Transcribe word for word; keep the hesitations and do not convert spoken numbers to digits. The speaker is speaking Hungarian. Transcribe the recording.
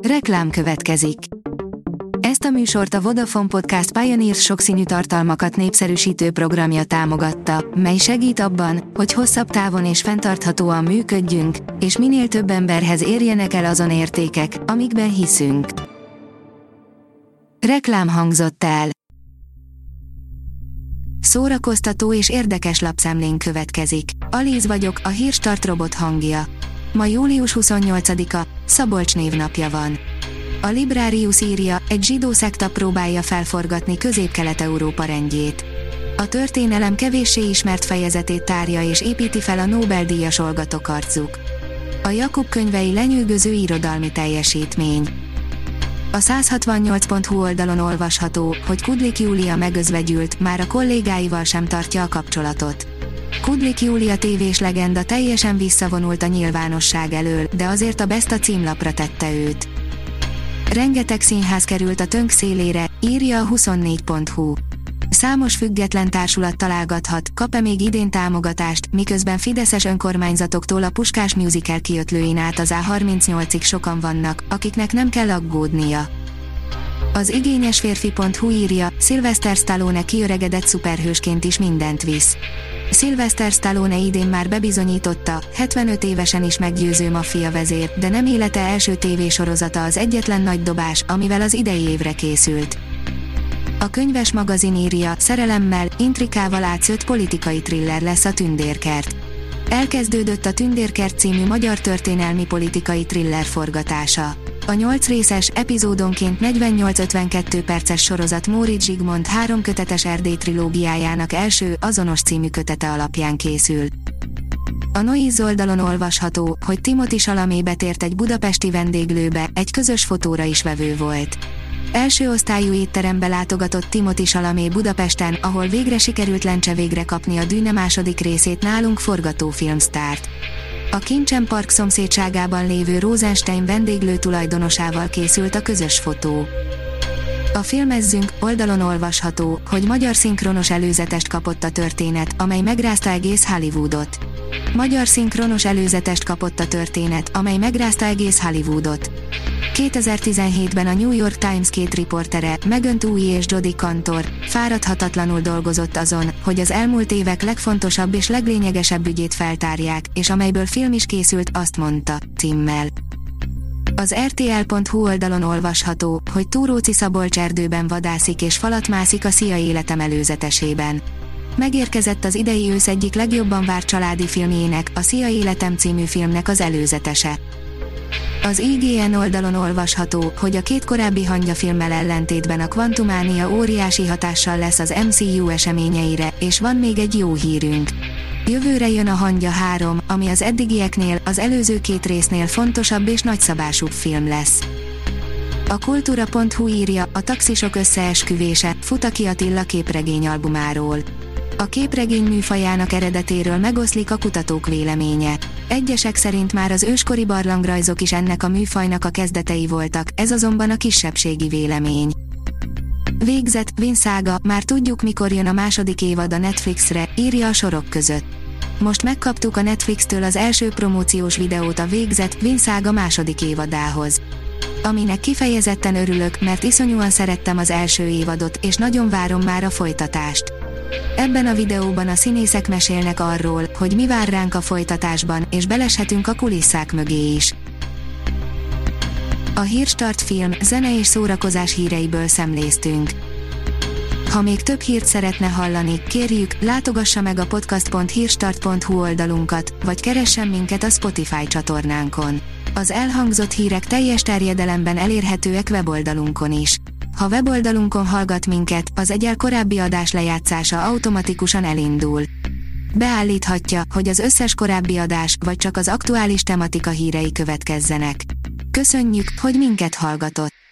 Reklám következik. Ezt a műsort a Vodafone Podcast Pioneers sokszínű tartalmakat népszerűsítő programja támogatta, mely segít abban, hogy hosszabb távon és fenntarthatóan működjünk, és minél több emberhez érjenek el azon értékek, amikben hiszünk. Reklám hangzott el. Szórakoztató és érdekes lapszemlén következik. Alíz vagyok, a Hírstart robot hangja. Ma július huszonnyolcadika, Szabolcs névnapja van. A Librarius írja, egy zsidó szekta próbálja felforgatni Közép-Kelet-Európa rendjét. A történelem kevéssé ismert fejezetét tárja és építi fel a Nobel-díjas Olga Tokarczuk. A Jakub könyvei lenyűgöző irodalmi teljesítmény. A száz hatvannyolc pont hu oldalon olvasható, hogy Kudlik Júlia megözvegyült, már a kollégáival sem tartja a kapcsolatot. Kudlik Júlia tévés legenda teljesen visszavonult a nyilvánosság elől, de azért a Best a címlapra tette őt. Rengeteg színház került a tönk szélére, írja a huszonnégy pont hu. Számos független társulat találgathat, kap-e még idén támogatást, miközben fideszes önkormányzatoktól a Puskás musical kiötlőin át az á harmincnyolcig sokan vannak, akiknek nem kell aggódnia. Az igényes férfi pont hu írja, Sylvester Stallone kiöregedett szuperhősként is mindent visz. Sylvester Stallone idén már bebizonyította, hetvenöt évesen is meggyőző maffia vezér, de nem élete első tévésorozata az egyetlen nagy dobás, amivel az idei évre készült. A könyves magazin írja, szerelemmel, intrikával átszőtt politikai thriller lesz a Tündérkert. Elkezdődött a Tündérkert című magyar történelmi politikai thriller forgatása. A nyolc részes, epizódonként negyvennyolc-ötvenkettő perces sorozat Móricz Zsigmond három kötetes Erdély trilógiájának első, azonos című kötete alapján készül. A Noiz oldalon olvasható, hogy Timothy Chalamet betért egy budapesti vendéglőbe, egy közös fotóra is vevő volt. Első osztályú étterembe látogatott Timothy Chalamet Budapesten, ahol végre sikerült lencse végre kapni a Dűne második részét nálunk forgató filmsztárt. A Kincsen Park szomszédságában lévő Rosenstein vendéglő tulajdonosával készült a közös fotó. A Filmezzünk oldalon olvasható, hogy magyar szinkronos előzetest kapott a történet, amely megrázta egész Hollywoodot. Magyar szinkronos előzetest kapott a történet, amely megrázta egész Hollywoodot. kétezer-tizenhétben a New York Times két riportere, Megan Twohey és Jodie Cantor, fáradhatatlanul dolgozott azon, hogy az elmúlt évek legfontosabb és leglényegesebb ügyét feltárják, és amelyből film is készült, azt mondta, címmel. Az er té el pont hu oldalon olvasható, hogy Túróczi Szabolcs erdőben vadászik és falat mászik a Szia életem előzetesében. Megérkezett az idei ősz egyik legjobban várt családi filmjének, a Szia életem című filmnek az előzetese. Az i gé en oldalon olvasható, hogy a két korábbi hangyafilmmel ellentétben a Quantumania óriási hatással lesz az em cé u eseményeire, és van még egy jó hírünk. Jövőre jön a Hangya három, ami az eddigieknél, az előző két résznél fontosabb és nagyszabásúbb film lesz. A kultúra pont hu írja, a taxisok összeesküvése, Futaki Attila képregényalbumáról. A képregény műfajának eredetéről megoszlik a kutatók véleménye. Egyesek szerint már az őskori barlangrajzok is ennek a műfajnak a kezdetei voltak, ez azonban a kisebbségi vélemény. Végzett, Vinszága, már tudjuk mikor jön a második évad a Netflixre, írja a sorok között. Most megkaptuk a Netflixtől az első promóciós videót a Végzett, Vinszága második évadához. Aminek kifejezetten örülök, mert iszonyúan szerettem az első évadot, és nagyon várom már a folytatást. Ebben a videóban a színészek mesélnek arról, hogy mi vár ránk a folytatásban, és beleshetünk a kulisszák mögé is. A Hírstart film, zene és szórakozás híreiből szemléztünk. Ha még több hírt szeretne hallani, kérjük, látogassa meg a podcast pont hírstart pont hu oldalunkat, vagy keressen minket a Spotify csatornánkon. Az elhangzott hírek teljes terjedelemben elérhetőek weboldalunkon is. Ha weboldalunkon hallgat minket, az egyel korábbi adás lejátszása automatikusan elindul. Beállíthatja, hogy az összes korábbi adás, vagy csak az aktuális tematika hírei következzenek. Köszönjük, hogy minket hallgatott!